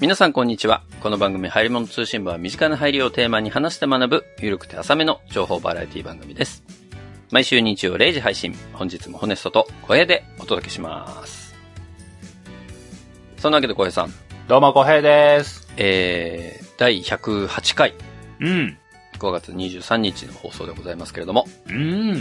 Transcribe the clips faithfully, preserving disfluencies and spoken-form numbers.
皆さんこんにちは。この番組入り物通信部は身近な入りをテーマに話して学ぶゆるくて浅めの情報バラエティ番組です。毎週日曜れいじ配信、本日もホネストと小平でお届けします。そんなわけで小平さん、 どうも小平です。 えー、だいひゃくはちかい、 うん、 ごがつにじゅうさんにちの放送でございますけれども、 うん、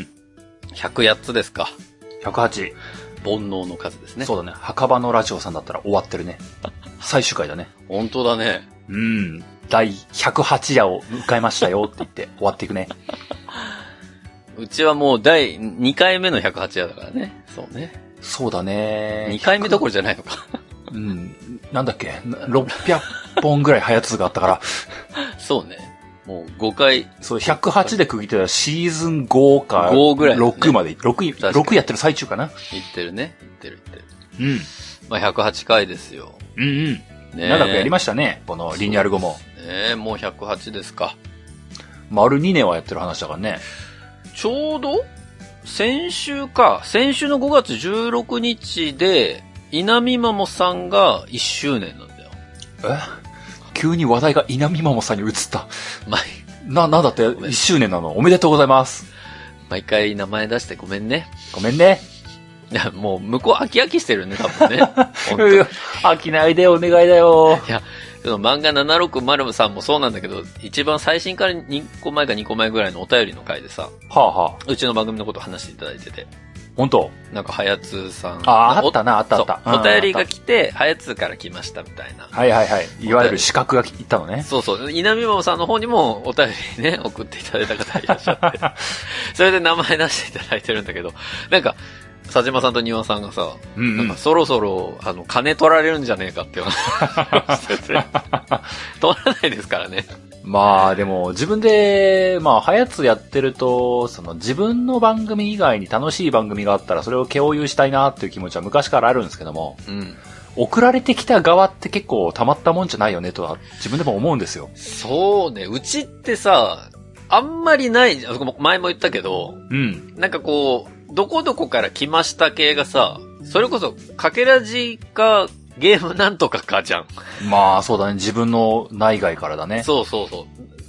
ひゃくはちですか。 ひゃくはち。 煩悩の数ですね。 そうだね。墓場のラジオさんだったら終わってるね。最終回だね。 本当だね。 うん。だいひゃくはち夜を迎えましたよって言って終わっていくね。 うちはもうだいにかいめのひゃくはち夜だからね。そうね。 そうだね。 にかいめどころじゃないのか。 うん。なんだっけ。ろっぴゃっぽんぐらい早通があったから。 そうね。もうごかい。 そう、ひゃくはちで区切ってたらシーズンごかごぐらい、ね、 ろくまで、ろく、ろくやってる最中かな。 いってるね。いってるいってる。 うん。 まあひゃくはちかいですよ。 うんうん。ね、長くやりましたね。このリニューアル後も。 ねえ、もうひゃくはちですか。 丸にねんはやってる話だからね。 ちょうど先週か。先週のごがつじゅうろくにちで、稲見マモさんがいっしゅうねんなんだよ。 え急に話題が稲見マモさんに移った。 毎な、なんだっていっしゅうねんなの。おめでとうございます。 毎回名前出してごめんね。 ごめんね。 いや、もう向こう飽き飽きしてるね、多分ね。 飽きないでお願いだよ。 いや、その漫画ななろくまるさんもそうなんだけど、一番最新からにこまえかにこまえぐらいのお便りの回でさ、 はあはあ、 うちの番組のことを話していただいてて。 本当？ なんか、はやつさん。 ああ、あったな、あったあった。 お便りが来て、はやつから来ましたみたいな。 はいはいはい。いわゆる資格がいったのね。 そうそう。稲見マモさんの方にもお便りね、送っていただいた方いらっしゃって。それで名前出していただいてるんだけど、なんか、佐島さんと庭さんがさ、うんうん、なんかそろそろ、あの、金取られるんじゃねえかっていう話をしてて、取らないですからね。 まあでも自分で、まあはやつやってると、その自分の番組以外に楽しい番組があったらそれを共有したいなっていう気持ちは昔からあるんですけども、うん、送られてきた側って結構たまったもんじゃないよねとは自分でも思うんですよ。 そうね、うちってさ、あんまりない、前も言ったけど、うん、なんかこう、どこどこから来ました系がさ、それこそかけらじか、ゲームなんとかかじゃん。 まあそうだね。自分の内外からだね。 そうそうそう。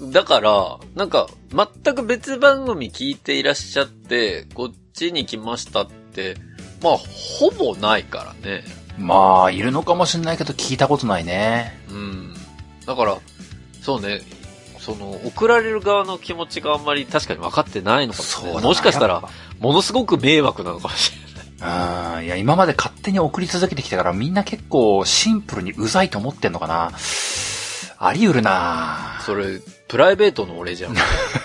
だから、なんか、全く別番組聞いていらっしゃって、こっちに来ましたって、まあ、ほぼないからね。 まあ、いるのかもしれないけど聞いたことないね。 うん。だから、そうね、その、送られる側の気持ちがあんまり確かに分かってないのかもしれない。そうだな。もしかしたら、ものすごく迷惑なのかもしれない。 うん、いや、今まで勝手に送り続けてきたからみんな結構シンプルにうざいと思ってんのかな。あり得るな。 それ、プライベートの俺じゃん。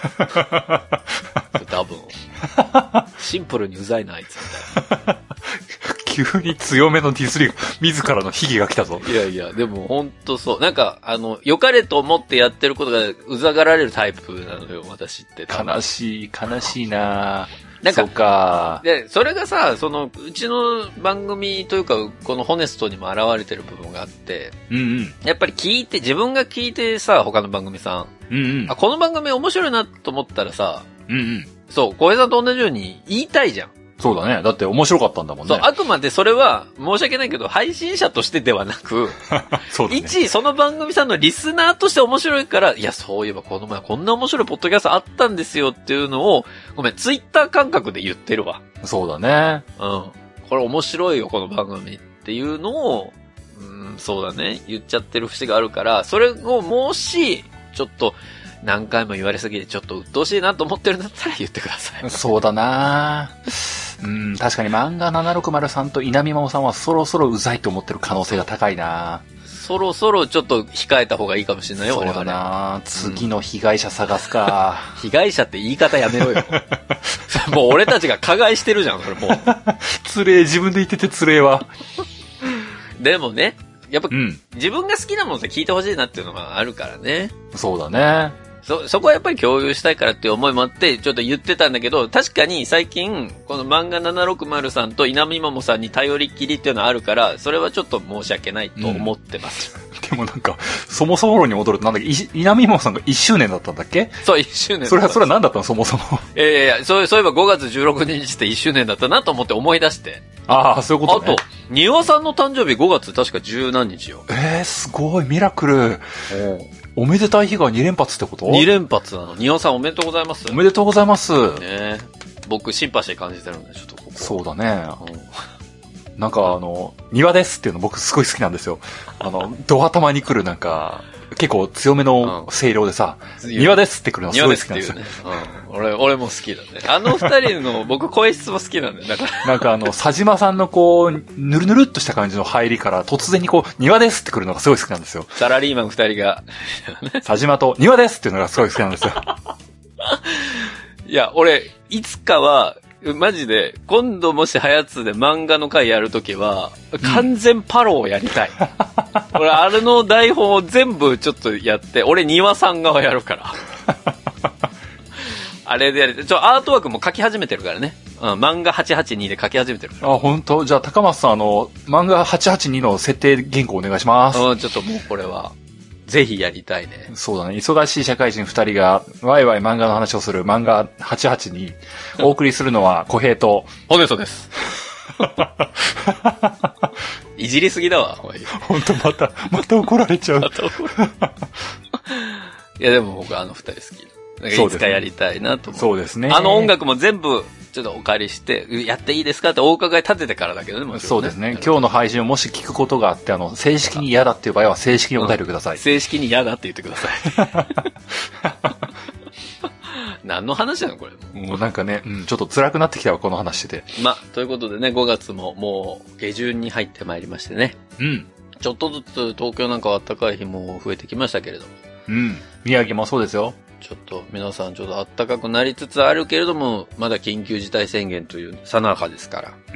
多分。シンプルにうざいな、あいつみたいな。 急に強めのディスりが、自らの悲劇が来たぞ。 いやいや、でもほんとそう。なんか、あの、良かれと思ってやってることがうざがられるタイプなのよ、私って。 悲しい、悲しいな。 なんか、 そうか。 で、それがさ、その、うちの番組というか、このホネストにも現れてる部分があって、うんうん。やっぱり聞いて、自分が聞いてさ、他の番組さん。うんうん。あ、この番組面白いなと思ったらさ、うんうん。そう、小江さんと同じように言いたいじゃん。 そうだね。だって面白かったんだもんね。 そう、あくまでそれは、申し訳ないけど、配信者としてではなく、そうだね。一、その番組さんのリスナーとして面白いから、いや、そういえばこの前こんな面白いポッドキャストあったんですよっていうのを、ごめん、ツイッター感覚で言ってるわ。 そうだね。 うん。これ面白いよ、この番組っていうのを、うん、そうだね。言っちゃってる節があるから、それをもし、ちょっと、何回も言われすぎてちょっと鬱陶しいなと思ってるんだったら言ってください。 そうだな。うん、確かに漫画ななろくまるさんと稲見真央さんはそろそろうざいと思ってる可能性が高いな。 そろそろちょっと控えた方がいいかもしれないよ。 そうだな。次の被害者探すか、 うん。被害者って言い方やめろよ。もう俺たちが加害してるじゃん、それもう。 つれえ、自分で言っててつれえわ。 でもね、やっぱ、うん、自分が好きなものって聞いてほしいなっていうのがあるからね。 そうだね。 そ、そこはやっぱり共有したいからっていう思いもあって、ちょっと言ってたんだけど、確かに最近、この漫画ななろくまるさんと稲見桃さんに頼りっきりっていうのはあるから、それはちょっと申し訳ないと思ってます。 うん、でもなんか、そもそもに戻るとなんだっけ、稲見桃さんがいっしゅうねんだったんだっけ？ そう、いっしゅうねん。 それは、それは何だったのそもそも。 いやいや、そう、そういえばごがつじゅうろくにちっていっしゅうねんだったなと思って思い出して。 ああ、そういうことね。 あと、庭さんの誕生日ごがつ確か十何日よ。 えー、すごい、ミラクル。おめでたい日がに連発ってこと？ に 連発なの。庭さんおめでとうございます。 おめでとうございます。 ね僕、シンパシー感じてるんで、ちょっとここ。 そうだね。うん、なんかあの、庭ですっていうの僕すごい好きなんですよ。あの、ド頭に来るなんか、結構強めの声量でさ、うん、庭ですって来るのすごい好きなんですよ。 ねうん、俺、俺も好きだね。あの二人の僕声質も好きなんだよ。だから。 なんかあの、佐島さんのこう、ぬるぬるっとした感じの入りから突然にこう、庭ですって来るのがすごい好きなんですよ。 サラリーマン二人が。 佐島と庭ですっていうのがすごい好きなんですよ。 いや、俺、いつかは、マジで、今度もしハヤツで漫画の回やるときは、完全パロをやりたい。うん、俺、あれの台本を全部ちょっとやって、俺、庭さん側やるから。あれでやりたい。ちょ、アートワークも書き始めてるからね。うん、漫画はちはちにで書き始めてるから。 あ、本当？じゃあ、高松さん、あの、漫画はちはちにの設定原稿お願いします。 うん、ちょっともうこれは。ぜひやりたいね。 そうだね。忙しい社会人二人が、ワイワイ漫画の話をする漫画はちはちに、お送りするのは小平と、 ホネソです。いじりすぎだわ。 本当また、また怒られちゃう。また怒られる。 いやでも僕あの二人好き。なんかいつかやりたいなと思う。 そうですね。 あの音楽も全部、ちょっとお借りして、やっていいですかってお伺い立ててからだけどね、もちろんね。 そうですね。今日の配信をもし聞くことがあって、あの、正式に嫌だっていう場合は正式にお便りください。うん、 正式に嫌だって言ってください。何の話なのこれ。 もうなんかね、うん、ちょっと辛くなってきたわ、この話してて。 ま、ということでね、ごがつももう下旬に入ってまいりましてね。 うん。 ちょっとずつ東京なんかは暖かい日も増えてきましたけれども。 うん。宮城もそうですよ。 ちょっと皆さんちょっと暖かくなりつつあるけれども、まだ緊急事態宣言というさなかですから。 うん。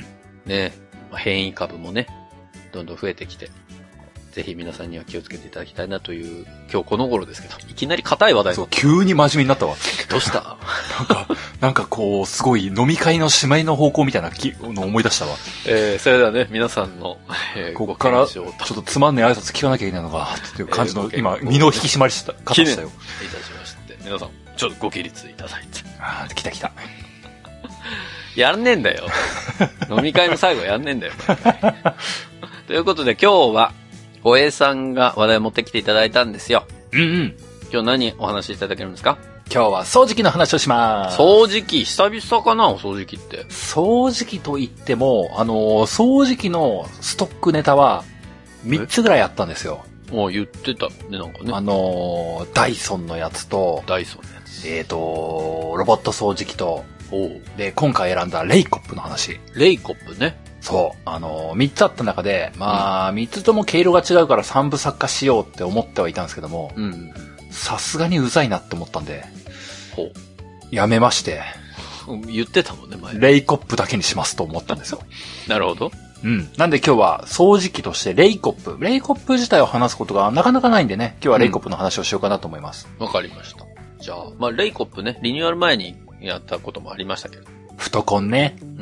ね、変異株もね、どんどん増えてきて、ぜひ皆さんには気をつけていただきたいなという、今日この頃ですけど、いきなり硬い話題。 そう、急に真面目になったわ。 どうしたなんか、なんかこう、すごい飲み会の締めの方向みたいなのを思い出したわ。 えー、それではね、皆さんの、 えー、ここから、ちょっとつまんねえ挨拶聞かなきゃいけないのか、っていう感じの、えー、今、身の引き締まりした、方したよ。 いたしまして、皆さん、ちょっとご起立いただいて。 あー、来た来た。 やんねえんだよ。飲み会の最後やんねえんだよ。ということで今日は、おえさんが話題を持ってきていただいたんですよ。 うんうん。 今日何お話しいただけるんですか？ 今日は掃除機の話をします。 掃除機、久々かなお掃除機って。 掃除機と言っても、あの、掃除機のストックネタはみっつぐらいあったんですよ。 もう言ってたね、なんかね。 あの、ダイソンのやつと、 ダイソンのやつ。 えーと、ロボット掃除機と、 おで、今回選んだレイコップの話。 レイコップね。 そう。あの、みっつあった中で、まあ、みっつとも毛色が違うから三部作化しようって思ってはいたんですけども、さすがにうざいなって思ったんで、 ほう。 やめまして、 言ってたもんね、前。 レイコップだけにしますと思ったんですよ。 なるほど。 うん。なんで今日は掃除機としてレイコップ。レイコップ自体を話すことがなかなかないんでね、今日はレイコップの話をしようかなと思います。 わ、うん、かりました。じゃあ、まあ、レイコップね、リニューアル前にやったこともありましたけど。 フトコンね。 うん。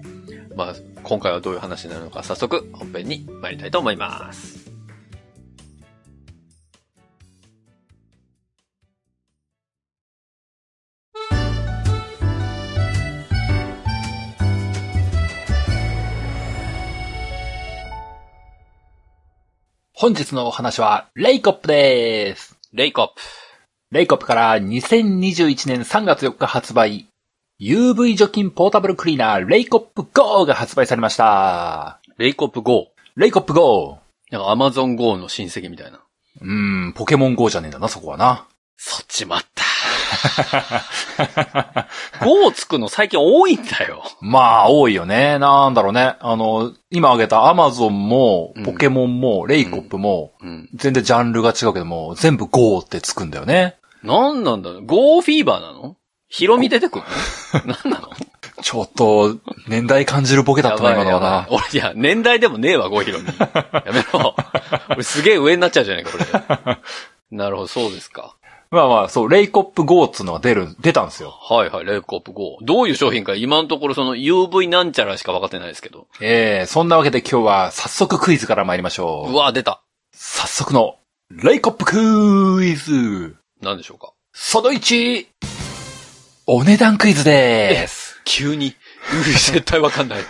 まあ、今回はどういう話になるのか早速本編に参りたいと思います。 本日のお話はレイコップです。 レイコップ。 レイコップからにせんにじゅういちねんさんがつよっか発売。ユーブイ 除菌ポータブルクリーナーレイコップ ゴー が発売されました。 レイコップ ゴー。 レイコップ ゴー。なんか Amazon Go の親戚みたいな。 うーん、ポケモン ゴー じゃねえんだな、そこはな。 そっちまった。ゴー つくの最近多いんだよ。 まあ、多いよね。なんだろうね。あの、今挙げた Amazon も、ポケモンも、うん、レイコップも、うんうん、全然ジャンルが違うけども、全部 ゴー ってつくんだよね。 なんなんだろう。ゴーフィーバーなの？ヒロミ出てくるの？なんなの？ ちょっと、年代感じるボケだったな、今のはな。 俺、いや、年代でもねえわ、ゴーヒロミ。やめろ。俺すげえ上になっちゃうじゃないか、これ。なるほど、そうですか。 まあまあ、そう、レイコップ ゴー っつうのが出る、出たんですよ。 はいはい、レイコップ ゴー。どういう商品か今のところその ユーブイ なんちゃらしか分かってないですけど。 ええー、そんなわけで今日は早速クイズから参りましょう。 うわ、出た。 早速の、レイコップクイズ。 何でしょうか。 そのいち、お値段クイズでーす。 急に。う絶対わかんない。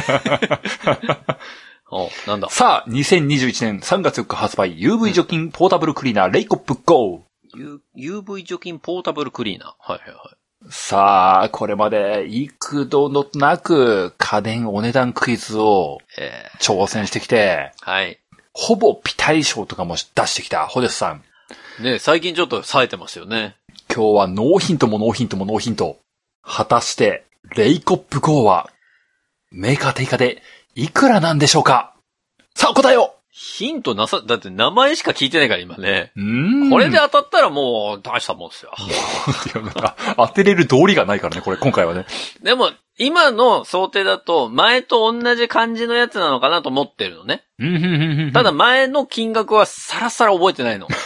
お、なんだ。 さあ、にせんにじゅういちねんさんがつよっか発売 ユーブイ 除菌ポータブルクリーナーレイコップ ゴー。 ユーブイ 除菌ポータブルクリーナー。はいはいはい。 さあ、これまで幾度のなく家電お値段クイズを挑戦してきて、 えー、はい。 ほぼピタリ賞とかも出してきたホデスさん。 ね、最近ちょっと冴えてますよね。 今日はノーヒントもノーヒントもノーヒント。果たして、レイコップ ゴー は、メーカー定価でいくらなんでしょうか？さあ答えを！ ヒントなさ、だって名前しか聞いてないから今ね。 うーん。 これで当たったらもう大したもんですよ。 いやなんか当てれる道理がないからね、これ今回はね。 でも、今の想定だと、前と同じ感じのやつなのかなと思ってるのね。ただ前の金額はさらさら覚えてないの。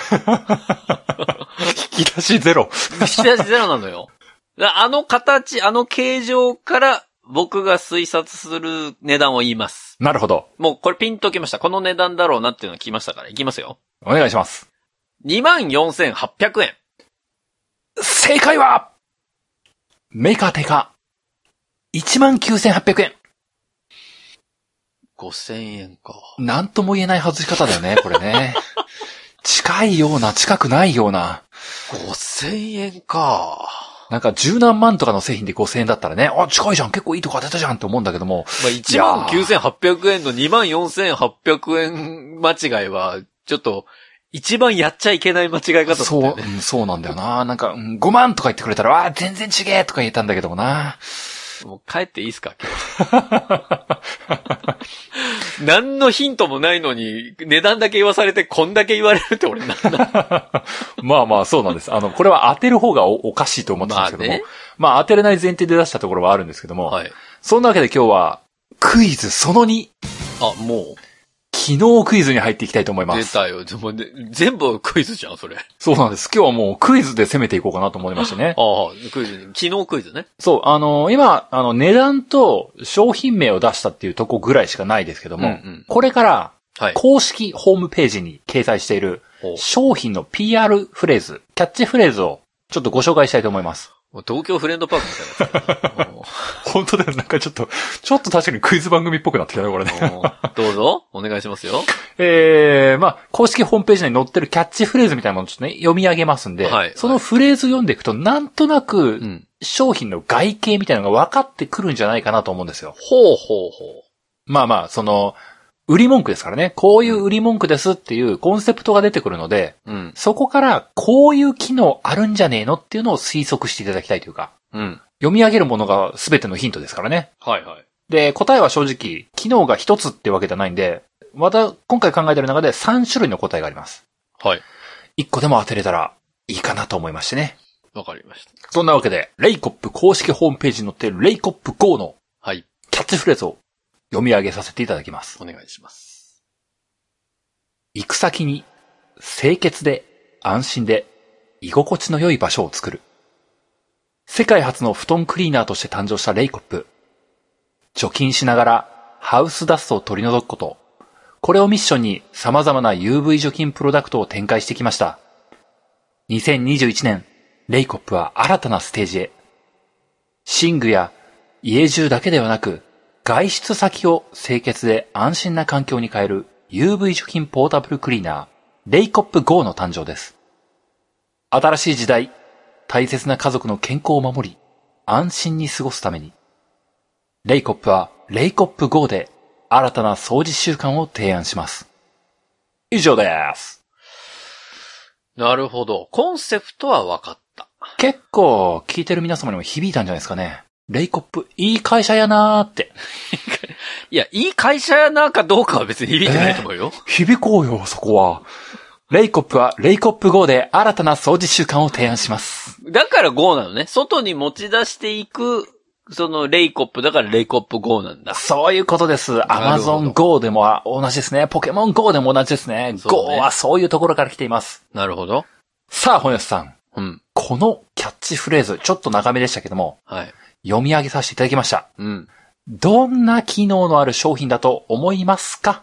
引き出しゼロ。 引き出しゼロなのよ。あの形、あの形状から僕が推察する値段を言います。 なるほど。 もうこれピンときました。この値段だろうなっていうのが来ましたから。いきますよ。 お願いします。 にまんよんせんはっぴゃくえん。 正解は、メーカー定価、いちまんきゅうせんはっぴゃくえん。 ごせんえんか。 なんとも言えない外し方だよね、これね。近いような、近くないような。 ごせんえんか。 なんか十何万とかの製品でごせんえんだったらね、あ、近いじゃん、結構いいとこ当てたじゃんって思うんだけども。 まあ、いちまんきゅうせんはっぴゃくえんのにまんよんせんはっぴゃくえん間違いは、ちょっと、一番やっちゃいけない間違い方だったよね。 そう、うん、そうなんだよな。なんか、うん、ごまんとか言ってくれたら、あ、全然違えとか言えたんだけどもな。 もう帰っていいっすか何のヒントもないのに、値段だけ言わされてこんだけ言われるって俺なんだまあまあそうなんです。あの、これは当てる方が お, おかしいと思ってたんですけども。まあ、ね、まあ当てれない前提で出したところはあるんですけども。はい。そんなわけで今日は、クイズそのに。 あ、もう。 昨日クイズに入っていきたいと思います。 出たよ。でも、ね、全部クイズじゃん、それ。 そうなんです。今日はもうクイズで攻めていこうかなと思いましてね。 ああ、クイズ、昨日クイズね。 そう、あのー、今、あの、値段と商品名を出したっていうとこぐらいしかないですけども、うんうん、これから、公式ホームページに掲載している商品の ピーアール フレーズ、キャッチフレーズをちょっとご紹介したいと思います。 東京フレンドパークみたいな。 本当だよ。なんかちょっと、ちょっと確かにクイズ番組っぽくなってきたね、これね。 どうぞ、お願いしますよ。 えー、まあ、公式ホームページに載ってるキャッチフレーズみたいなものをちょっとね、読み上げますんで、はい、そのフレーズ読んでいくと、なんとなく、商品の外形みたいなのが分かってくるんじゃないかなと思うんですよ。 ほうほうほう。 まあまあ、その、売り文句ですからね。こういう売り文句ですっていうコンセプトが出てくるので、うん、そこからこういう機能あるんじゃねえのっていうのを推測していただきたいというか、うん、読み上げるものが全てのヒントですからね。 はいはい。 で、答えは正直、機能が一つってわけじゃないんで、また今回考えてる中でさん種類の答えがあります。 はい。 いっこでも当てれたらいいかなと思いましてね。 わかりました。 そんなわけで、レイコップ公式ホームページに載っているレイコップ ゴー の、 はい。 キャッチフレーズを読み上げさせていただきます。 お願いします。 行く先に清潔で安心で居心地の良い場所を作る。世界初の布団クリーナーとして誕生したレイコップ。除菌しながらハウスダストを取り除くこと。これをミッションに様々な ユーブイ 除菌プロダクトを展開してきました。にせんにじゅういちねん、レイコップは新たなステージへ。寝具や家中だけではなく、外出先を清潔で安心な環境に変える ユーブイ 除菌ポータブルクリーナー、レイコップ ゴー の誕生です。新しい時代、大切な家族の健康を守り、安心に過ごすために、レイコップはレイコップ ゴー で新たな掃除習慣を提案します。以上です。 なるほど。コンセプトは分かった。 結構聞いてる皆様にも響いたんじゃないですかね。レイコップ、いい会社やなーって。 いや、いい会社やなーかどうかは別に響いてないと思うよ。 えー、響こうよ、そこは。レイコップはレイコップ ゴー で新たな掃除習慣を提案します。 だから ゴー なのね。外に持ち出していく、そのレイコップだからレイコップ ゴー なんだ。 そういうことです。Amazon Go でも同じですね。ポケモン ゴー でも同じですね。ね ゴー はそういうところから来ています。 なるほど。 さあ、本吉さん。 うん。 このキャッチフレーズ、ちょっと長めでしたけども、 はい。 読み上げさせていただきました。 うん。 どんな機能のある商品だと思いますか？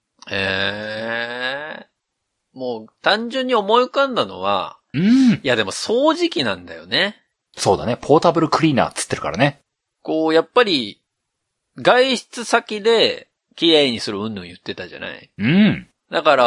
ええー。もう、単純に思い浮かんだのは、 うん。いやでも掃除機なんだよね。 そうだね。ポータブルクリーナーつってるからね。 こう、やっぱり、外出先で、綺麗にするうんぬん言ってたじゃない。 うん。 だから、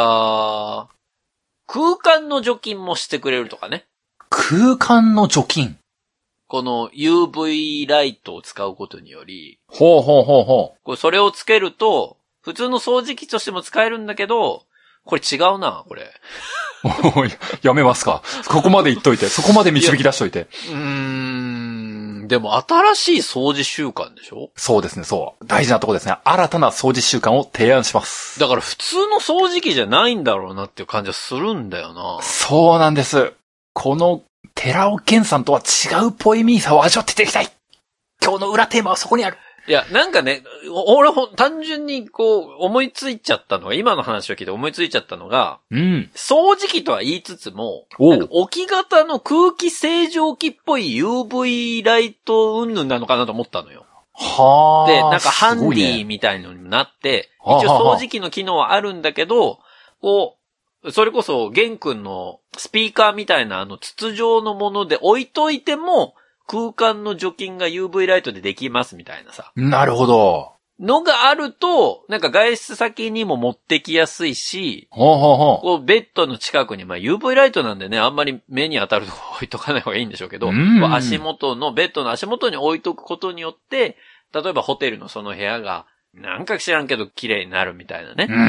空間の除菌もしてくれるとかね。 空間の除菌。 この ユーブイ ライトを使うことにより。 ほうほうほうほう。 これそれをつけると、普通の掃除機としても使えるんだけど、これ違うな、これ。 やめますか。ここまで言っといて、そこまで導き出しといて。 うーん、でも新しい掃除習慣でしょ？ そうですね、そう。大事なとこですね。新たな掃除習慣を提案します。 だから普通の掃除機じゃないんだろうなっていう感じはするんだよな。 そうなんです。この寺尾健さんとは違うポエミーさを味わっていただきたい。今日の裏テーマはそこにある。 いや、なんかね、俺ほ単純にこう思いついちゃったのが、今の話を聞いて思いついちゃったのが、 うん。 掃除機とは言いつつも、なんか置き型の空気清浄機っぽい ユーブイ ライト云々なのかなと思ったのよ。 はあ。 で、なんかハンディみたいのになって、ね、一応掃除機の機能はあるんだけど、こう、それこそ玄君のスピーカーみたいなあの筒状のもので置いといても、空間の除菌が ユーブイ ライトでできますみたいなさ。 なるほど。 のがあると、なんか外出先にも持ってきやすいし、 ほうほうほう。 こうベッドの近くに、まあ ユーブイ ライトなんでね、あんまり目に当たるとこ置いとかない方がいいんでしょうけど、うん、足元の、ベッドの足元に置いとくことによって、例えばホテルのその部屋が、なんか知らんけど綺麗になるみたいなね、 うん、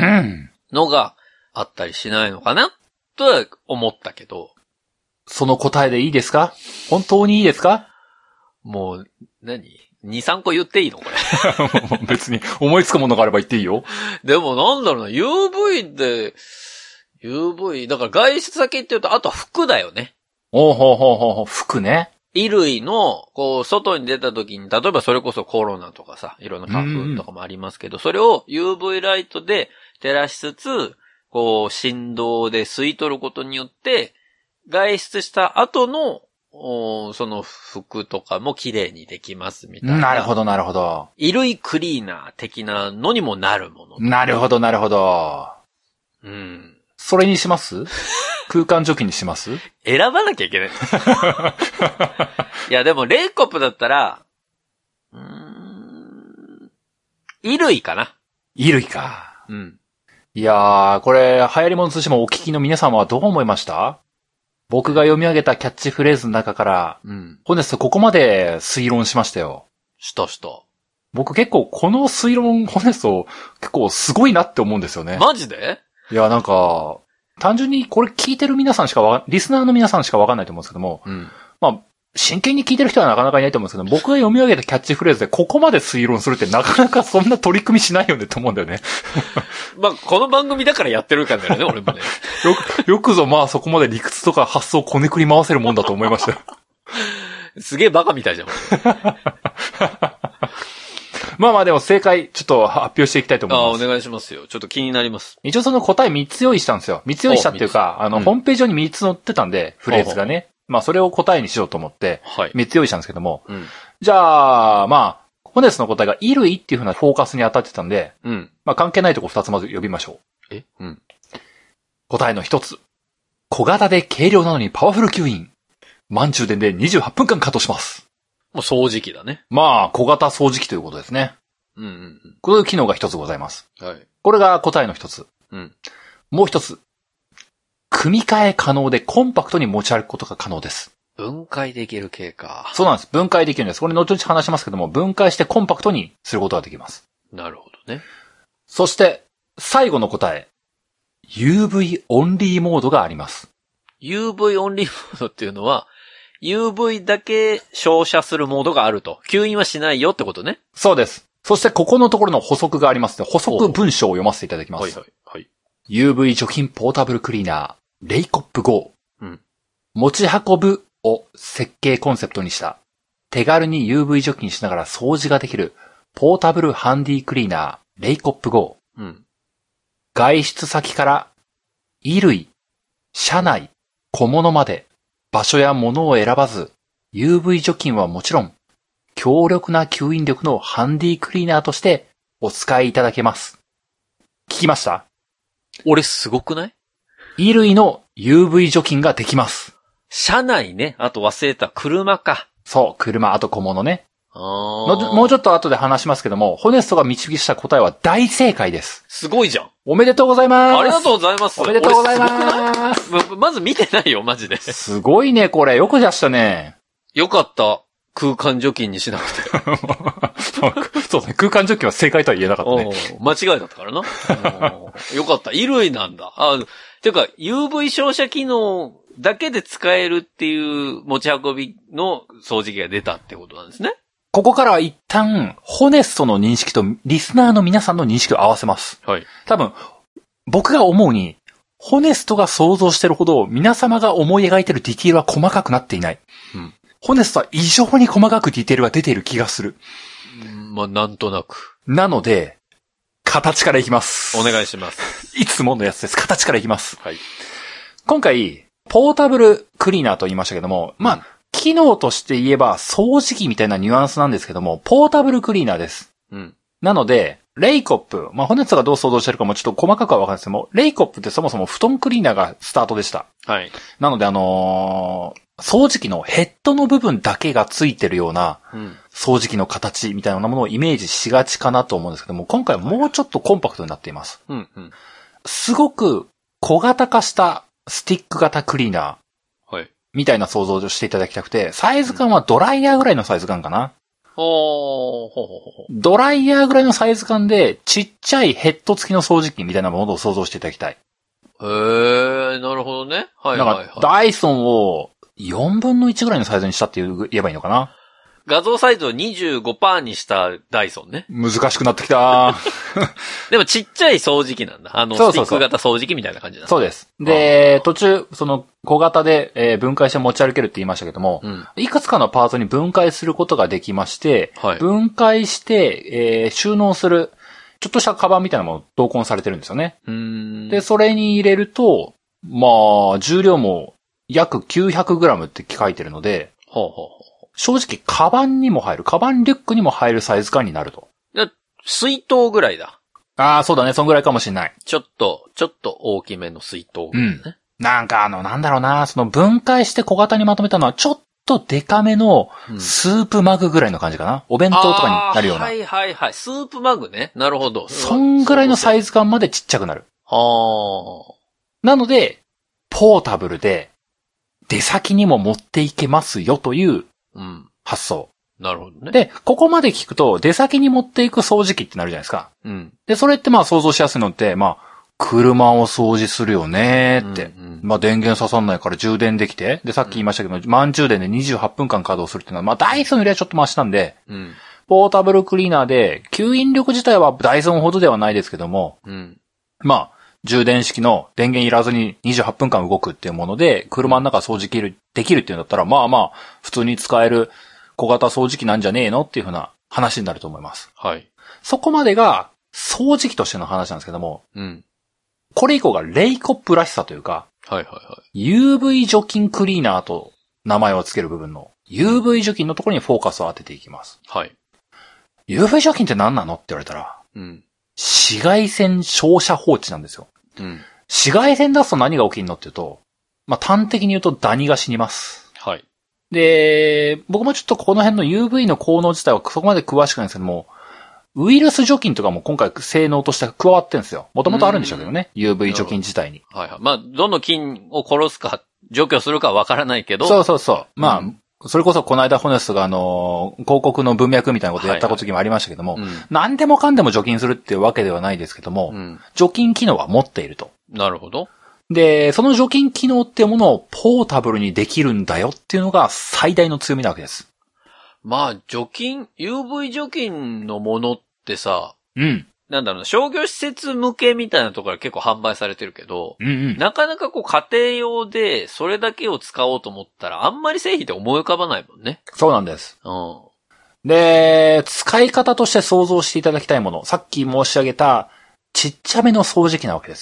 のがあったりしないのかなとは思ったけど。 その答えでいいですか？本当にいいですか？ もう、何 ?に、さんこ言っていいのこれ。別に思いつくものがあれば言っていいよ。 でもなんだろうな、ユーブイ で、ユーブイ、だから外出先って言うと、あとは服だよね。 おうほうほうほう、服ね。 衣類の、こう、外に出た時に、例えばそれこそコロナとかさ、いろんな花粉とかもありますけど、それを ユーブイ ライトで照らしつつ、こう、振動で吸い取ることによって、外出した後の、おその服とかも綺麗にできますみたいな。 なるほど、なるほど。 衣類クリーナー的なのにもなるもの。 なるほど、なるほど。 うん。 それにします？空間除菌にします？ 選ばなきゃいけない。いや、でも、レイコップだったら、うーん、衣類かな。 衣類か。 うん。 いやー、これ、流行り物通信もお聞きの皆様はどう思いました？僕が読み上げたキャッチフレーズの中から、うん、本日ここまで推論しましたよ。 したした。 僕結構この推論、本日を結構すごいなって思うんですよね。 マジで？ いや、なんか、単純にこれ聞いてる皆さんしかわ、リスナーの皆さんしかわかんないと思うんですけども、うん、まあ、真剣に聞いてる人はなかなかいないと思うんですけど、僕が読み上げたキャッチフレーズでここまで推論するってなかなかそんな取り組みしないよねって思うんだよね。 まあ、この番組だからやってるからだよね、俺もね。 よく、よくぞまあそこまで理屈とか発想をこねくり回せるもんだと思いましたよ。 すげえバカみたいじゃん。 まあまあでも正解ちょっと発表していきたいと思います。 ああ、お願いしますよ。ちょっと気になります。 一応その答えみっつ用意したんですよ。みっつ用意したっていうか、あの、うん、ホームページ上にみっつ載ってたんで、フレーズがね。まあそれを答えにしようと思って、みっつ用意したんですけども。はい、じゃあ、まあ、本日の答えが衣類っていう風なフォーカスに当たってたんで、うん、まあ関係ないとこふたつまず呼びましょう。 えうん。 答えのひとつ。小型で軽量なのにパワフル吸引。満充電でにじゅうはっぷんかん稼働します。 もう掃除機だね。 まあ、小型掃除機ということですね。 うんうんうん。 こういう機能が一つございます。 はい。 これが答えの一つ。 うん。 もう一つ。組み替え可能でコンパクトに持ち歩くことが可能です。 分解できる系か。 そうなんです。分解できるんです。これ後々話しますけども、分解してコンパクトにすることができます。 なるほどね。 そして、最後の答え。ユーブイ オンリーモードがあります。 ユーブイ オンリーモードっていうのは、ユーブイ だけ照射するモードがあると。吸引はしないよってことね。 そうです。そしてここのところの補足がありますので、補足文章を読ませていただきます。 はいはいはい。 ユーブイ 除菌ポータブルクリーナー、レイコップ ゴー。うん。持ち運ぶを設計コンセプトにした、手軽に ユーブイ 除菌しながら掃除ができる、ポータブルハンディクリーナー、レイコップ ゴー。うん。外出先から、衣類、車内、小物まで、 場所や物を選ばず、ユーブイ 除菌はもちろん、強力な吸引力のハンディクリーナーとしてお使いいただけます。聞きました？ 俺すごくない？ 衣類の ユーブイ 除菌ができます。 車内ね。あと忘れた。車か。 そう、車、あと小物ね。 あもうちょっと後で話しますけども、ホネストが導きした答えは大正解です。 すごいじゃん。 おめでとうございます。 ありがとうございます。 おめでとうございます。 ま、まず見てないよ、マジで。 すごいね、これ。よく出したね。 よかった。空間除菌にしなくて。そうね、空間除菌は正解とは言えなかったね。 間違いだったからな。よかった。衣類なんだ。あ、ていうか、ユーブイ 照射機能だけで使えるっていう持ち運びの掃除機が出たってことなんですね。 ここからは一旦、ホネストの認識とリスナーの皆さんの認識を合わせます。 はい。 多分、僕が思うに、ホネストが想像してるほど皆様が思い描いてるディティールは細かくなっていない。うん。ホネストは異常に細かくディテールが出ている気がする。 うん、まあ、なんとなく。 なので、形からいきます。 お願いします。 いつものやつです。形からいきます。 はい。 今回、ポータブルクリーナーと言いましたけども、まあ、うん、機能として言えば掃除機みたいなニュアンスなんですけども、ポータブルクリーナーです。 うん。 なので、レイコップ、まあ、ホネストがどう想像してるかもちょっと細かくはわかんないですけども、レイコップってそもそも布団クリーナーがスタートでした。 はい。 なのであのー、掃除機のヘッドの部分だけがついてるような、掃除機の形みたいなものをイメージしがちかなと思うんですけども、今回はもうちょっとコンパクトになっています。 うんうん、 すごく小型化したスティック型クリーナー、はい、 みたいな想像をしていただきたくて、サイズ感はドライヤーぐらいのサイズ感かな。 おー、ほうほうほう。 ドライヤーぐらいのサイズ感で、ちっちゃいヘッド付きの掃除機みたいなものを想像していただきたい。 へー、なるほどね。はいはいはい。 だから、ダイソンをよんぶんのいちぐらいのサイズにしたって言えばいいのかな。 画像サイズを にじゅうごパーセント にしたダイソンね。 難しくなってきた。 でもちっちゃい掃除機なんだ。あの、スティック型掃除機みたいな感じなんだ。 そうです。で、途中、その小型で、えー、分解して持ち歩けるって言いましたけども、うん、いくつかのパーツに分解することができまして、はい、分解して、えー、収納する、ちょっとしたカバンみたいなもの同梱されてるんですよね。 うーんで、それに入れると、まあ、重量も約 きゅうひゃくグラム って書いてるので、 ほうほうほう正直、カバンにも入る、カバンリュックにも入るサイズ感になると。 水筒ぐらいだ。 ああ、そうだね、そんぐらいかもしれない。 ちょっと、ちょっと大きめの水筒ぐらいね。 うん。なんかあの、なんだろうな、その分解して小型にまとめたのは、ちょっとデカめのスープマグぐらいの感じかな。お弁当とかになるような。 はいはいはい。スープマグね。なるほど。 そんぐらいのサイズ感までちっちゃくなる。 はあ。 なので、ポータブルで、出先にも持っていけますよという、 うん。 発想。 なるほどね。 で、ここまで聞くと、出先に持っていく掃除機ってなるじゃないですか。 うん。 で、それってまあ想像しやすいのって、まあ、車を掃除するよねって。うんうん、まあ電源刺さんないから充電できて。で、さっき言いましたけど、うん、満充電でにじゅうはっぷんかん稼働するっていうのは、まあダイソンよりはちょっとマシなんで、 うん、 ポータブルクリーナーで、吸引力自体はダイソンほどではないですけども、 うん、 まあ、充電式の電源いらずににじゅうはっぷんかん動くっていうもので、車の中掃除できる、できるっていうんだったら、まあまあ、普通に使える小型掃除機なんじゃねえのっていうふうな話になると思います。 はい。 そこまでが掃除機としての話なんですけども、 うん。 これ以降がレイコップらしさというか、 はいはいはい。 ユーブイ 除菌クリーナーと名前を付ける部分の ユーブイ 除菌のところにフォーカスを当てていきます。 はい。 ユーブイ 除菌って何なのって言われたら、 うん。 紫外線照射放置なんですよ。 うん。 紫外線出すと何が起きるのって言うと、まあ、端的に言うとダニが死にます。 はい。 で、僕もちょっとこの辺の ユーブイ の効能自体はそこまで詳しくないんですけども、ウイルス除菌とかも今回性能として加わってるんですよ。もともとあるんでしょうけどね。ユーブイ 除菌自体に。 はいはい。まあ、どの菌を殺すか、除去するかはわからないけど。 そうそうそう。まあ、うん、それこそこの間ホネスがあの、広告の文脈みたいなことやった時もありましたけども、はいはい、うん、何でもかんでも除菌するっていうわけではないですけども、うん、除菌機能は持っていると。 なるほど。 で、その除菌機能っていうものをポータブルにできるんだよっていうのが最大の強みなわけです。 まあ、除菌、ユーブイ 除菌のものってさ、 うん。 なんだろうな、商業施設向けみたいなところは結構販売されてるけど、 うんうん、 なかなかこう家庭用でそれだけを使おうと思ったらあんまり製品って思い浮かばないもんね。 そうなんです。 うん。 で、使い方として想像していただきたいもの、さっき申し上げたちっちゃめの掃除機なわけですよ。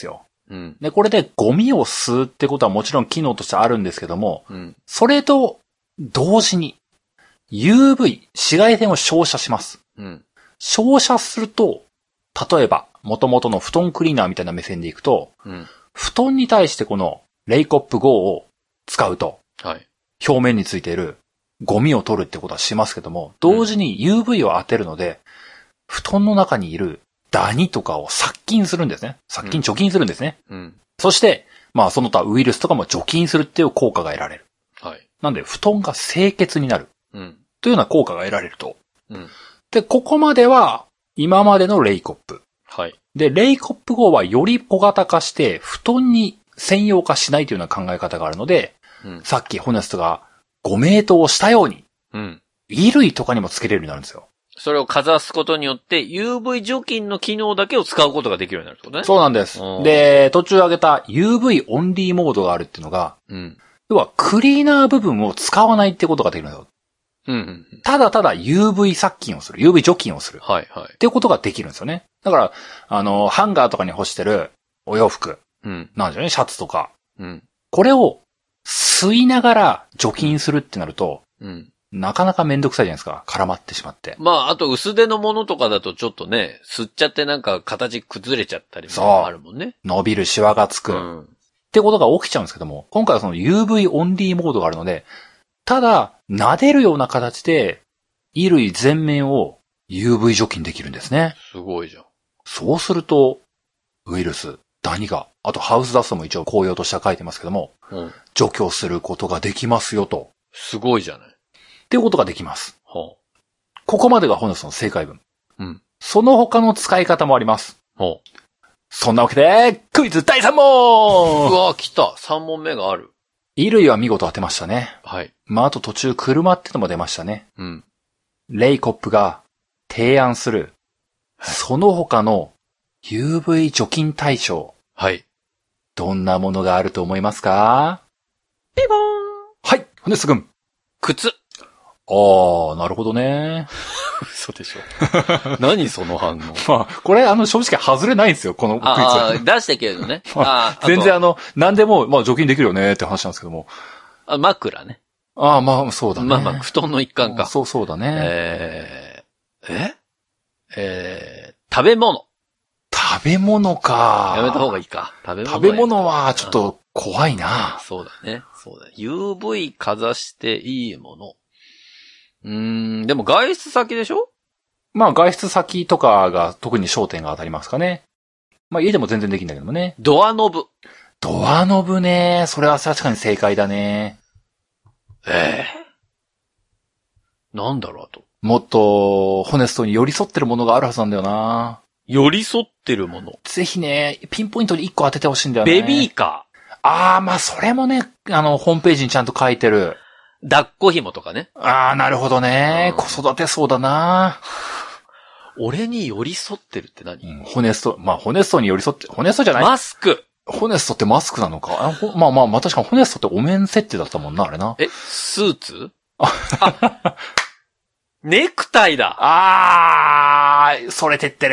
うん。 で、これでゴミを吸うってことはもちろん機能としてあるんですけども、 うん。 それと同時に ユーブイ、紫外線を照射します。 うん。 照射すると、例えば、元々の布団クリーナーみたいな目線でいくと、 うん。 布団に対してこのレイコップ ゴー を使うと、 はい。 表面についているゴミを取るってことはしますけども、同時に ユーブイ を当てるので、布団の中にいるダニとかを殺菌するんですね。殺菌除菌するんですね。 うん。 そして、まあその他ウイルスとかも除菌するっていう効果が得られる。 はい。 なんで布団が清潔になる。 うん。 というような効果が得られると。 うん。 で、ここまでは今までのレイコップ。 はい。 で、レイコップ ゴー はより小型化して布団に専用化しないというような考え方があるので、うん、さっきホネストがごメートルをしたように、うん。衣類とかにもつけれるようになるんですよ。 それをかざすことによって ユーブイ 除菌の機能だけを使うことができるようになるってことね。 そうなんです。で、途中挙げた ユーブイ オンリーモードがあるっていうのが、うん、要はクリーナー部分を使わないってことができるんだよ。うんうんうん、ただただ ユーブイ 殺菌をする。ユーブイ 除菌をする。はいはい。っていうことができるんですよね。だから、あの、ハンガーとかに干してるお洋服。うん。なんでしょうね、シャツとか。うん。これを吸いながら除菌するってなると、うん。なかなかめんどくさいじゃないですか。絡まってしまって。 まあ、あと薄手のものとかだとちょっとね、吸っちゃってなんか形崩れちゃったりもあるもんね。 伸びるシワがつく。うん。ってことが起きちゃうんですけども、今回はその ユーブイ オンリーモードがあるので、ただ、撫でるような形で、衣類全面を ユーブイ 除菌できるんですね。 すごいじゃん。 そうすると、ウイルス、ダニが、あとハウスダストも一応紅葉としては書いてますけども、うん、除去することができますよと。 すごいじゃない。 っていうことができます。はあ、ここまでが本日の正解文。うん。その他の使い方もあります。はあ、そんなわけで、クイズだいさん問！ うわ、来た。さん問目がある。 衣類は見事当てましたね。 はい。 まあ、あと途中車ってのも出ましたね。うん。レイコップが提案する、はい、その他の ユーブイ 除菌対象。 はい。 どんなものがあると思いますか？ ピボーン。 はい、ホネスト君。 靴。 あー、なるほどね。 嘘でしょ。何その反応。 まあ、これあの正直外れないんですよ、このクイズ。ああ、出してけどね。 まあ、全然あの、何でも、まあ除菌できるよねって話なんですけども。 あ、枕ね。 ああ、まあ、そうだね。 まあまあ、布団の一環か。 そうそうだね。 えー、ええー、食べ物。 食べ物か。 やめた方がいいか。食べ物。 食べ物はちょっと怖いな。 そうだね。そうだ。ユーブイ かざしていいもの。うーん、でも外出先でしょ？ まあ外出先とかが特に焦点が当たりますかね。まあ家でも全然できるんだけどもね。 ドアノブ。 ドアノブね。それは確かに正解だね。 ええー。なんだろう、あと。 もっと、ホネストに寄り添ってるものがあるはずなんだよな。 寄り添ってるもの。 ぜひね、ピンポイントにいっこ当ててほしいんだよね。 ベビーカー。ああ、まあそれもね、あの、ホームページにちゃんと書いてる。 抱っこ紐とかね。 ああ、なるほどね、うん。子育てそうだな。 俺に寄り添ってるって何？ うん、ホネスト、まあホネストに寄り添って、ホネストじゃない？ マスク。 ホネストってマスクなのかあまあまあまあ確かにホネストってお面設定だったもんな、あれな。 え、スーツ？あ、ネクタイだ。 あー、それてってる。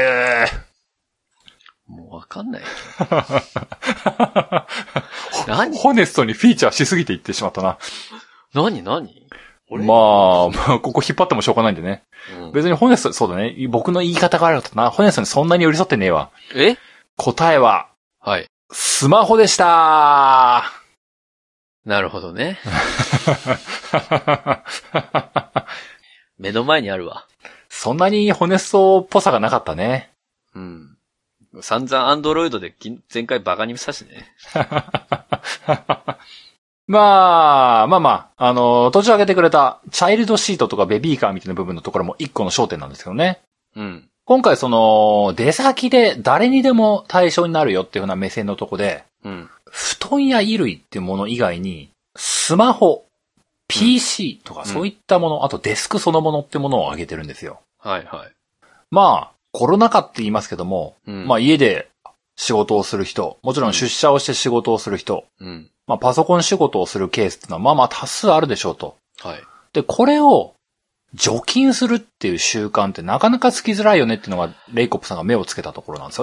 もうわかんない。何？ ホネストにフィーチャーしすぎていってしまったな。 何何？ まあ、まあ、ここ引っ張ってもしょうがないんでね。うん、別にホネスト、そうだね。僕の言い方があるとな。ホネストにそんなに寄り添ってねえわ。 え？ 答えは、 はい。 スマホでしたー。なるほどね。目の前にあるわ。 そんなにホネストっぽさがなかったね。 うん。散々アンドロイドで前回バカにしたしね。 まあ、まあまあ、あの、途中挙げてくれたチャイルドシートとかベビーカーみたいな部分のところも一個の焦点なんですけどね。 うん。 今回その、出先で誰にでも対象になるよっていうふうな目線のとこで、うん。布団や衣類っていうもの以外に、スマホ、ピーシー とかそういったもの、うん、あとデスクそのものってものを挙げてるんですよ。 はいはい。 まあ、コロナ禍って言いますけども、うん、まあ家で仕事をする人、もちろん出社をして仕事をする人、うん、まあパソコン仕事をするケースっていうのはまあまあ多数あるでしょうと。 はい。 で、これを除菌するっていう習慣ってなかなかつきづらいよねっていうのがレイコップさんが目をつけたところなんですよね。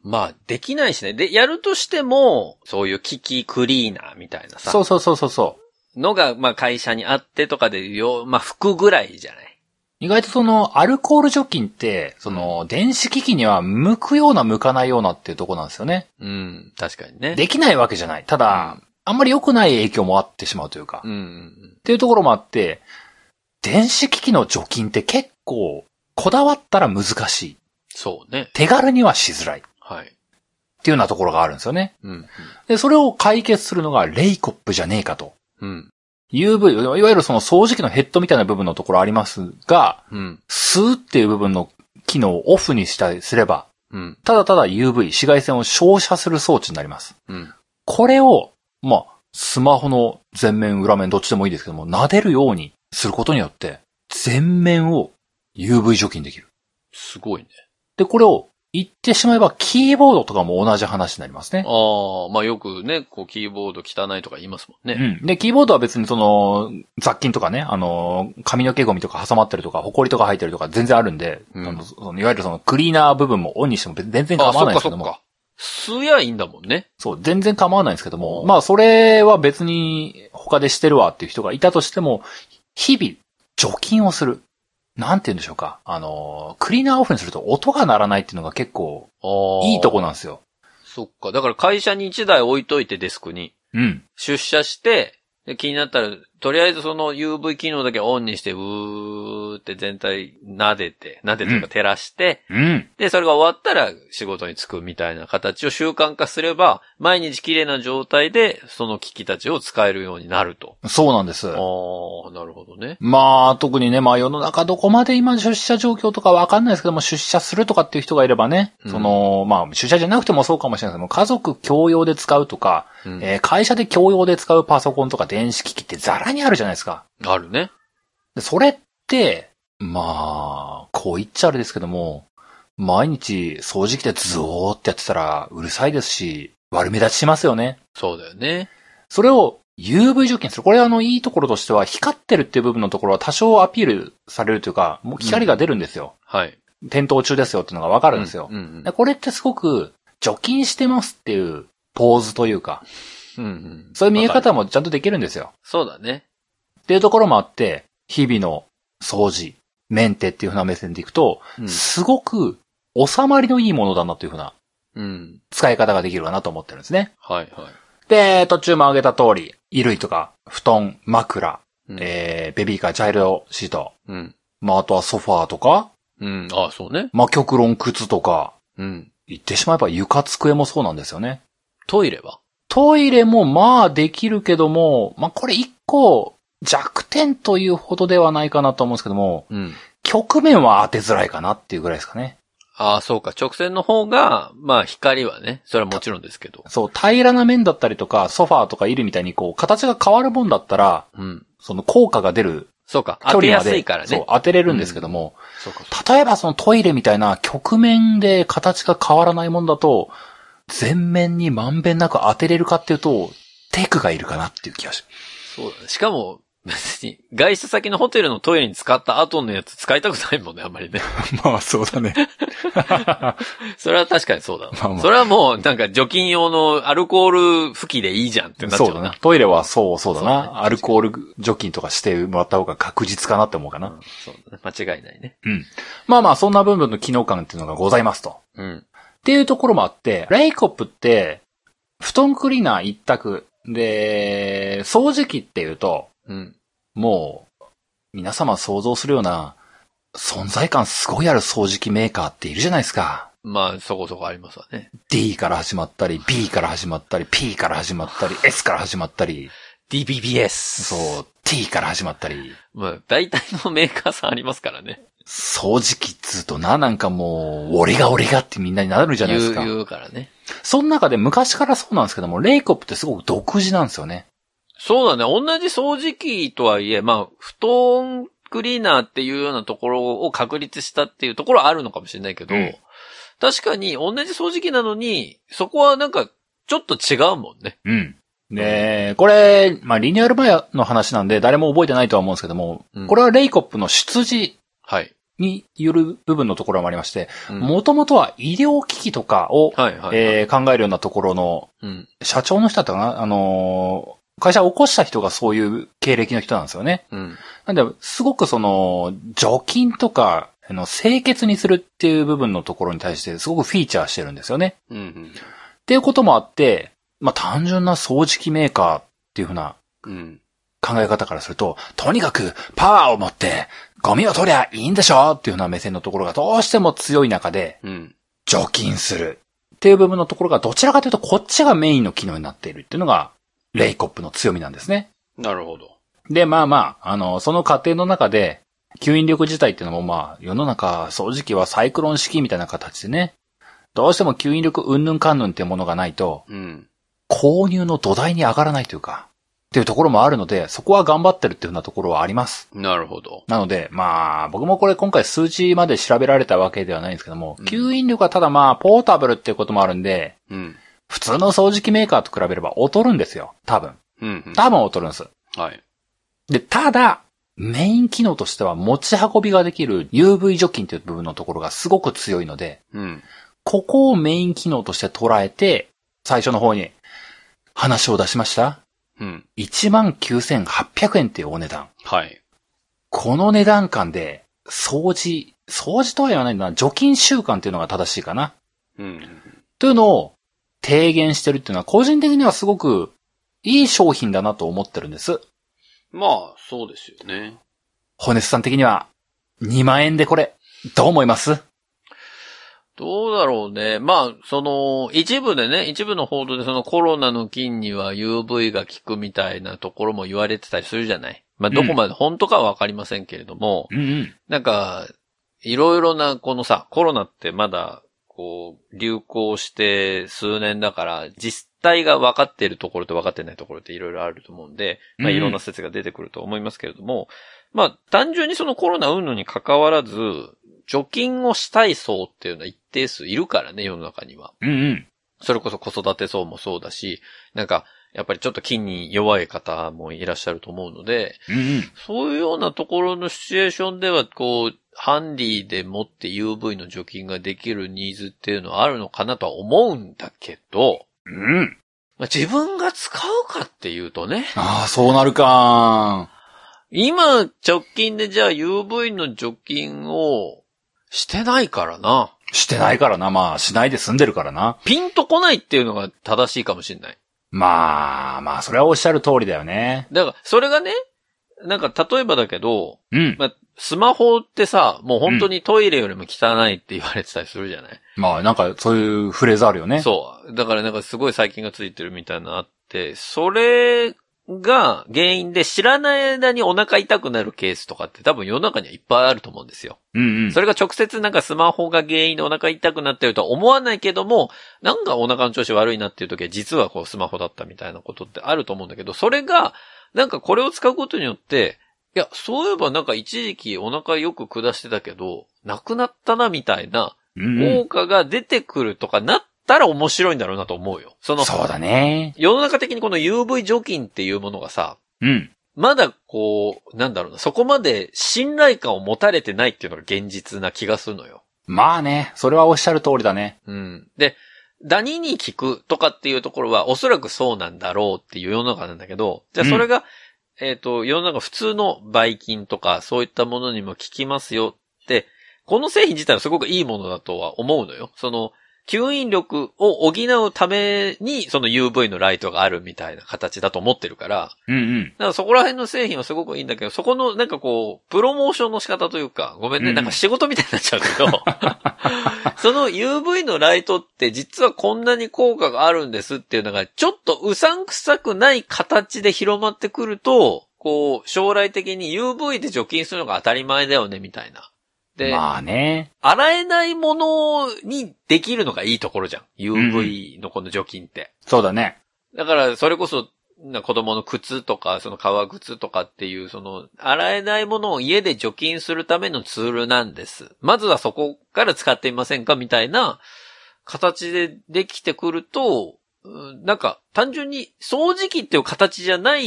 まあ、できないしね。で、やるとしても、そういう機器クリーナーみたいなさ。 そうそうそうそうそう。 のが、まあ会社にあってとかでよ、まあ服ぐらいじゃない。 意外とその、アルコール除菌って、その、電子機器には向くような向かないようなっていうところなんですよね。 うん、確かにね。 できないわけじゃない。ただ、うん、あんまり良くない影響もあってしまうというか。うんうんうん、っていうところもあって、電子機器の除菌って結構、こだわったら難しい。 そうね。 手軽にはしづらい。 はい。 っていうようなところがあるんですよね。 うんうん、 で、それを解決するのがレイコップじゃねえかと。 うん。 ユーブイ、いわゆるその掃除機のヘッドみたいな部分のところありますが、 うん、 吸うっていう部分の機能をオフにしたりすれば、 うん、 ただただ ユーブイ、紫外線を照射する装置になります。 うん、 これを、まあ、スマホの前面、裏面、どっちでもいいですけども、撫でるようにすることによって、全面を ユーブイ 除菌できる。 すごいね。 で、これを言ってしまえば、キーボードとかも同じ話になりますね。 ああ、まあよくね、こう、キーボード汚いとか言いますもんね。 うん。で、キーボードは別にその、雑菌とかね、あの、髪の毛ゴミとか挟まってるとか、埃とか入ってるとか全然あるんで、うん、あのそのいわゆるそのクリーナー部分もオンにしても全然構わないんですけども。あ、そっかそっか。吸やいいんだもんね。 そう、全然構わないんですけども、まあそれは別に他でしてるわっていう人がいたとしても、日々除菌をする。なんて言うんでしょうか。あの、クリーナーオフにすると音が鳴らないっていうのが結構、いいとこなんですよ。 そっか。だから会社に一台置いといてデスクに。 うん。 出社して、で気になったら、とりあえずその ユーブイ 機能だけオンにして、うーって全体撫でて、撫でというか照らして、 うん。 で、それが終わったら仕事に就くみたいな形を習慣化すれば、毎日綺麗な状態でその機器たちを使えるようになると。 そうなんです。ああ、なるほどね。 まあ、特にね、まあ世の中どこまで今出社状況とかわかんないですけども、出社するとかっていう人がいればね、うん、その、まあ出社じゃなくてもそうかもしれないですけども、家族共用で使うとか、うん、えー、会社で共用で使うパソコンとか電子機器ってザラにあるじゃないですか。 あるね。 それって、まあ、こう言っちゃあれですけども、毎日掃除機でズオーってやってたらうるさいですし、悪目立ちしますよね。 そうだよね。それを ユーブイ 除菌する。これはあの、いいところとしては、光ってるっていう部分のところは多少アピールされるというか、もう光が出るんですよ。 うん、はい。 点灯中ですよっていうのがわかるんですよ。 うんうんうん、 でこれってすごく除菌してますっていうポーズというか、 うんうん、 そういう見え方もちゃんとできるんですよ。 そうだね。 っていうところもあって、日々の掃除、メンテっていう風な目線でいくと、うん、すごく収まりのいいものだなという風な、使い方ができるかなと思ってるんですね。 はいはい。 で、途中も挙げた通り、衣類とか、布団、枕、うん、えー、ベビーカー、チャイルドシート、うん、まああとはソファーとか、 うん、ああ、そうね。 まあ極論靴とか、 うん。 言ってしまえば床机もそうなんですよね。 トイレはトイレもまあできるけども、まあこれ一個弱点というほどではないかなと思うんですけども、 うん、 曲面は当てづらいかなっていうぐらいですかね。 ああ、そうか。直線の方が、まあ光はね、それはもちろんですけど。 そう、平らな面だったりとか、ソファーとかいるみたいにこう、形が変わるもんだったら、 うん、 その効果が出る。 そうか。当てやすいからね。 そう、当てれるんですけども、 うん、そうかそうか、 例えばそのトイレみたいな曲面で形が変わらないもんだと、全面にまんべんなく当てれるかっていうと、テクがいるかなっていう気がします。 そうだね。しかも、別に、外出先のホテルのトイレに使った後のやつ使いたくないもんね、あんまりね。 まあ、そうだね。 それは確かにそうだ。まあまあ、それはもう、なんか除菌用のアルコール拭きでいいじゃんってなっちゃうな。 そうだな。トイレはそう、そうだな。ね、アルコール除菌とかしてもらった方が確実かなって思うかな。うん、 そうだね。間違いないね。 うん。まあまあ、そんな部分の機能感っていうのがございますと。 うん。 っていうところもあって、レイコップって、布団クリーナー一択。で、掃除機っていうと、 うん、 もう、皆様想像するような、存在感すごいある掃除機メーカーっているじゃないですか。 まあ、そこそこありますわね。 D から始まったり、B から始まったり、P から始まったり、S から始まったり。 ディービービーエス。 そう、T から始まったり。 まあ、大体のメーカーさんありますからね。 掃除機っつうとな、なんかもう、俺が俺がってみんなになるじゃないですか。 言う、言うからね。 その中で昔からそうなんですけども、レイコップってすごく独自なんですよね。 そうだね。同じ掃除機とはいえ、まあ、布団クリーナーっていうようなところを確立したっていうところはあるのかもしれないけど、うん、確かに同じ掃除機なのに、そこはなんか、ちょっと違うもんね。 うん。で、これ、まあ、リニューアル前の話なんで誰も覚えてないとは思うんですけども、うん、これはレイコップの出自による部分のところもありまして、もともとは医療機器とかを、はいはいはい、えー、考えるようなところの、うん、社長の人だったかなあのー、会社を起こした人がそういう経歴の人なんですよね。うん、なんで、すごくその、除菌とか、あの、清潔にするっていう部分のところに対して、すごくフィーチャーしてるんですよね。うんうん、っていうこともあって、まあ、単純な掃除機メーカーっていうふうな、うん考え方からすると、とにかくパワーを持ってゴミを取りゃいいんでしょっていうような目線のところがどうしても強い中で、うん、除菌するっていう部分のところがどちらかというとこっちがメインの機能になっているっていうのがレイコップの強みなんですね。 なるほど。 で、まあまあ、あの、その過程の中で吸引力自体っていうのもまあ世の中掃除機はサイクロン式みたいな形でね、どうしても吸引力うんぬんかんぬんっていうものがないと、うん、購入の土台に上がらないというか、っていうところもあるので、そこは頑張ってるっていうふうなところはあります。 なるほど。 なので、まあ、僕もこれ今回数値まで調べられたわけではないんですけども、うん、吸引力はただまあ、ポータブルっていうこともあるんで、うん、普通の掃除機メーカーと比べれば劣るんですよ。多分。うんうん、多分劣るんです。はい。で、ただ、メイン機能としては持ち運びができる ユーブイ 除菌という部分のところがすごく強いので、うん、ここをメイン機能として捉えて、最初の方に話を出しましたうん、いちまんきゅうせんはっぴゃくえんっていうお値段。はい。この値段感で、掃除、掃除とは言わないんだな、除菌習慣っていうのが正しいかな。うん。というのを提言してるっていうのは、個人的にはすごくいい商品だなと思ってるんです。 まあ、そうですよね。 ホネスさん的には、にまんえんでこれ、どう思います？ どうだろうね。まあ、その、一部でね、一部の報道でそのコロナの菌には ユーブイ が効くみたいなところも言われてたりするじゃない。まあ、どこまで本当かはわかりませんけれども、うんうん、なんか、いろいろなこのさ、コロナってまだ、こう、流行して数年だから、実態が分かっているところと分かってないところっていろいろあると思うんで、まあ、いろんな説が出てくると思いますけれども、うん、まあ、単純にそのコロナ云々に関わらず、除菌をしたい層っていうのは一定数いるからね、世の中には。うんうん。それこそ子育て層もそうだし、なんか、やっぱりちょっと菌に弱い方もいらっしゃると思うので、うんうん、そういうようなところのシチュエーションでは、こう、ハンディでもって ユーブイ の除菌ができるニーズっていうのはあるのかなとは思うんだけど、うん。まあ、自分が使うかっていうとね。 ああ、そうなるか。 今、直近でじゃあ ユーブイ の除菌をしてないからな。 してないからな。まあ、しないで済んでるからな。 ピンとこないっていうのが正しいかもしれない。 まあ、まあ、それはおっしゃる通りだよね。 だから、それがね、なんか例えばだけど、うん。まあ、スマホってさ、もう本当にトイレよりも汚いって言われてたりするじゃない、うん、 まあ、なんかそういうフレーズあるよね。 そう。だからなんかすごい細菌がついてるみたいなのあって、それが原因で知らない間にお腹痛くなるケースとかって多分世の中にはいっぱいあると思うんですよ。うんうん。それが直接なんかスマホが原因でお腹痛くなってるとは思わないけども、なんかお腹の調子悪いなっていう時は実はこうスマホだったみたいなことってあると思うんだけど、それがなんかこれを使うことによって、いや、そういえばなんか一時期お腹よく下してたけど、なくなったなみたいな効果が出てくるとかなったら面白いんだろうなと思うよ。その、 そうだね。 世の中的にこの ユーブイ 除菌っていうものがさ、うん。まだこう、なんだろうな、そこまで信頼感を持たれてないっていうのが現実な気がするのよ。 まあね、それはおっしゃる通りだね。 うん。で、ダニに効くとかっていうところはおそらくそうなんだろうっていう世の中なんだけど、じゃあそれが、うんえっと、世の中普通のばい菌とかそういったものにも効きますよって、この製品自体はすごくいいものだとは思うのよ。その、吸引力を補うためにその ユーブイ のライトがあるみたいな形だと思ってるから。うんうん。だからそこら辺の製品はすごくいいんだけど、そこのなんかこう、プロモーションの仕方というか、ごめんね、うん、なんか仕事みたいになっちゃうけど、その ユーブイ のライトって実はこんなに効果があるんですっていうのが、ちょっとうさんくさくない形で広まってくると、こう、将来的に ユーブイ で除菌するのが当たり前だよね、みたいな。で、 まあね。 洗えないものにできるのがいいところじゃん。ユーブイ のこの除菌って。 うん、そうだね。 だから、それこそ、子供の靴とか、その革靴とかっていう、その、洗えないものを家で除菌するためのツールなんです。まずはそこから使ってみませんかみたいな形でできてくると、なんか、単純に掃除機っていう形じゃない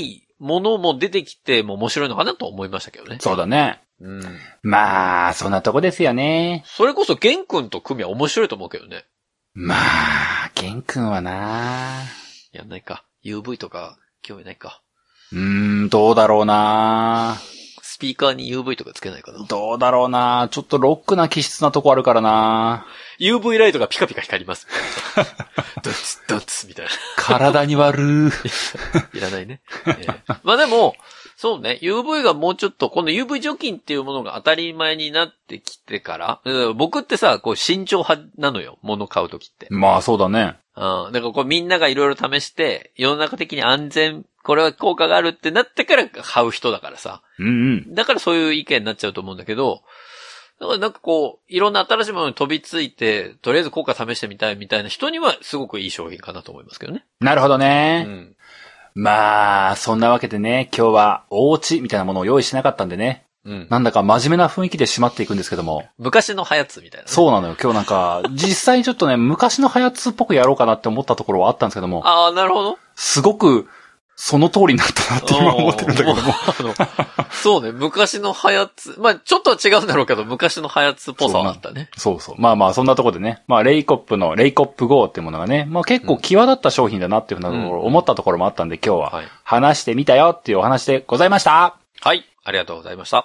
ものも出てきても面白いのかなと思いましたけどね。 そうだね。うん。まあ、そんなとこですよね。 それこそゲン君と組は面白いと思うけどね。 まあ、ゲン君はなやんないか。ユーブイ とか興味ないか。 うーん、どうだろうなスピーカーに ユーブイ とかつけないかな。 どうだろうなちょっとロックな気質なとこあるからなユーブイ ライトがピカピカ光ります。ドツドツみたいな。 体に悪ー。 いらないね。えー、まあでも、そうね、ユーブイ がもうちょっと、この ユーブイ 除菌っていうものが当たり前になってきてから、僕ってさ、こう慎重派なのよ、物買うときって。 まあそうだね。 うん。だからこうみんながいろいろ試して、世の中的に安全、これは効果があるってなってから買う人だからさ。 うんうん。 だからそういう意見になっちゃうと思うんだけど、だからなんかこう、いろんな新しいものに飛びついて、とりあえず効果試してみたいみたいな人にはすごくいい商品かなと思いますけどね。 なるほどね。うん。まあ、そんなわけでね、今日はお家みたいなものを用意しなかったんでね。うん。なんだか真面目な雰囲気で閉まっていくんですけども。 昔のハヤツみたいな、ね。 そうなのよ。今日なんか、実際にちょっとね、昔のハヤツっぽくやろうかなって思ったところはあったんですけども。 ああ、なるほど。 すごく、その通りになったなって今思ってるんだけども。 そうね、昔のハヤツ。まあちょっとは違うんだろうけど、昔のハヤツっぽさはあったね。 そうそう。まあまあ、そんなところでね。まあ、レイコップの、レイコップ ゴー っていうものがね、まあ結構際立った商品だなっていうふうなところ、思ったところもあったんで、今日は、話してみたよっていうお話でございました。 はい。ありがとうございました。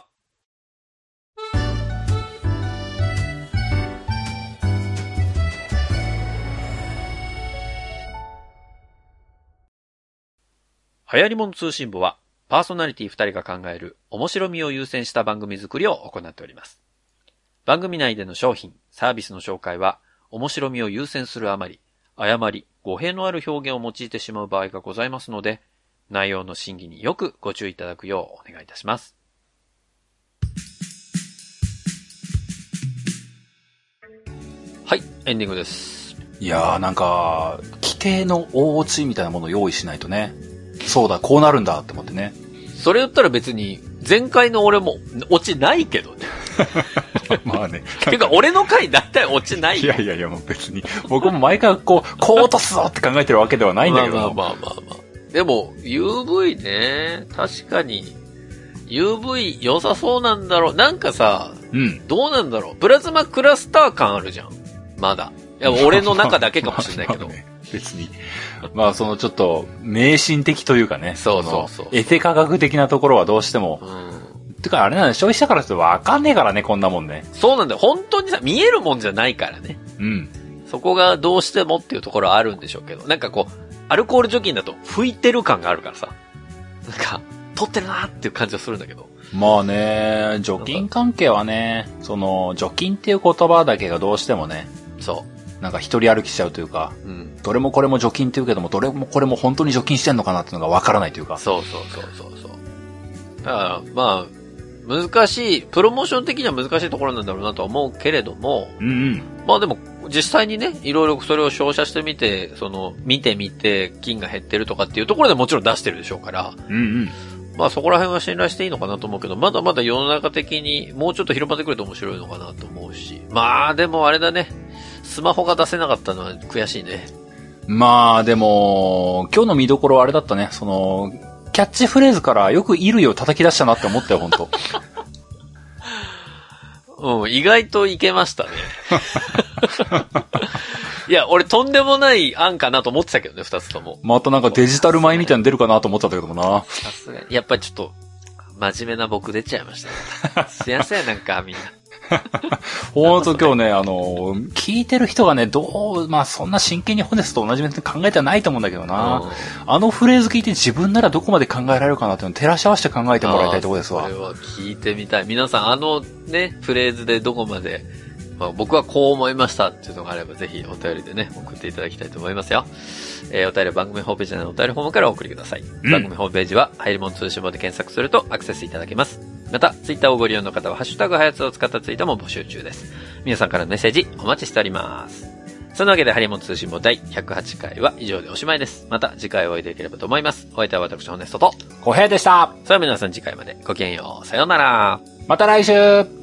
流行り物通信簿は、パーソナリティふたりが考える面白みを優先した番組作りを行っております。番組内での商品、サービスの紹介は、面白みを優先するあまり、誤り、語弊のある表現を用いてしまう場合がございますので、内容の審議によくご注意いただくようお願いいたします。はい、エンディングです。 いやーなんか、規定の大落ちみたいなものを用意しないとね。そうだ、こうなるんだって思ってね。 それ言ったら別に、前回の俺も落ちないけどね。 まあね。 てか俺の回だいたい落ちない。 いやいやいや、もう別に。僕も毎回こう、こう落とすぞって考えてるわけではないんだけど。 まあまあまあまあまあ。でも、ユーブイ ね、確かに、ユーブイ 良さそうなんだろう。なんかさ、うん、どうなんだろう。プラズマクラスター感あるじゃん。まだ。いや、俺の中だけかもしれないけど。まあまあね、 別に。まあそのちょっと、迷信的というかね。 そうそうそう。 エセ科学的なところはどうしても。うん。てかあれなんだ、消費者からするとわかんねえからね、こんなもんね。 そうなんだよ。本当にさ、見えるもんじゃないからね。うん。そこがどうしてもっていうところはあるんでしょうけど。なんかこう、アルコール除菌だと拭いてる感があるからさ。なんか、取ってるなーっていう感じはするんだけど。 まあね、除菌関係はね、その、除菌っていう言葉だけがどうしてもね。 そう。 なんか一人歩きしちゃうというか、うん、どれもこれも除菌って言うけども、どれもこれも本当に除菌してんのかなっていうのがわからないというか。 そうそうそうそうそう。だから、まあ、難しい、プロモーション的には難しいところなんだろうなとは思うけれども、うんうん、まあでも、実際にね、いろいろそれを照射してみて、その、見てみて、菌が減ってるとかっていうところでもちろん出してるでしょうから、うんうん、まあそこら辺は信頼していいのかなと思うけど、まだまだ世の中的にもうちょっと広まってくると面白いのかなと思うし、まあでもあれだね、スマホが出せなかったのは悔しいね。 まあでも、今日の見どころはあれだったね。その、キャッチフレーズからよく衣類を叩き出したなって思ったよ、ほんと。 うん、意外といけましたね。いや、俺とんでもない案かなと思ってたけどね、二つとも。 またなんかデジタル米みたいに出るかなと思ったんだけどもな。 さすがに。やっぱりちょっと、真面目な僕出ちゃいましたね。すいません、なんかみんな。 ほんと今日ね、あの、聞いてる人がね、どう、まあそんな真剣にホネスと同じ目で考えてはないと思うんだけどな。あのフレーズ聞いて自分ならどこまで考えられるかなっていうのを照らし合わせて考えてもらいたいところですわ。 それは聞いてみたい。皆さんあのね、フレーズでどこまで、まあ、僕はこう思いましたっていうのがあればぜひお便りでね、送っていただきたいと思いますよ。えー、お便りは番組ホームページのお便りフォームからお送りください。うん、番組ホームページは、はやりもん通信簿で検索するとアクセスいただけます。また、ツイッターをご利用の方は、ハッシュタグはやつを使ったツイートも募集中です。皆さんからのメッセージお待ちしております。そんなわけで、はやりもん通信簿だいひゃくはちかいは以上でおしまいです。また次回お会いできればと思います。お相手は私、ホネストと、 小平でした。 それでは皆さん次回までごきげんよう。さようなら。 また来週。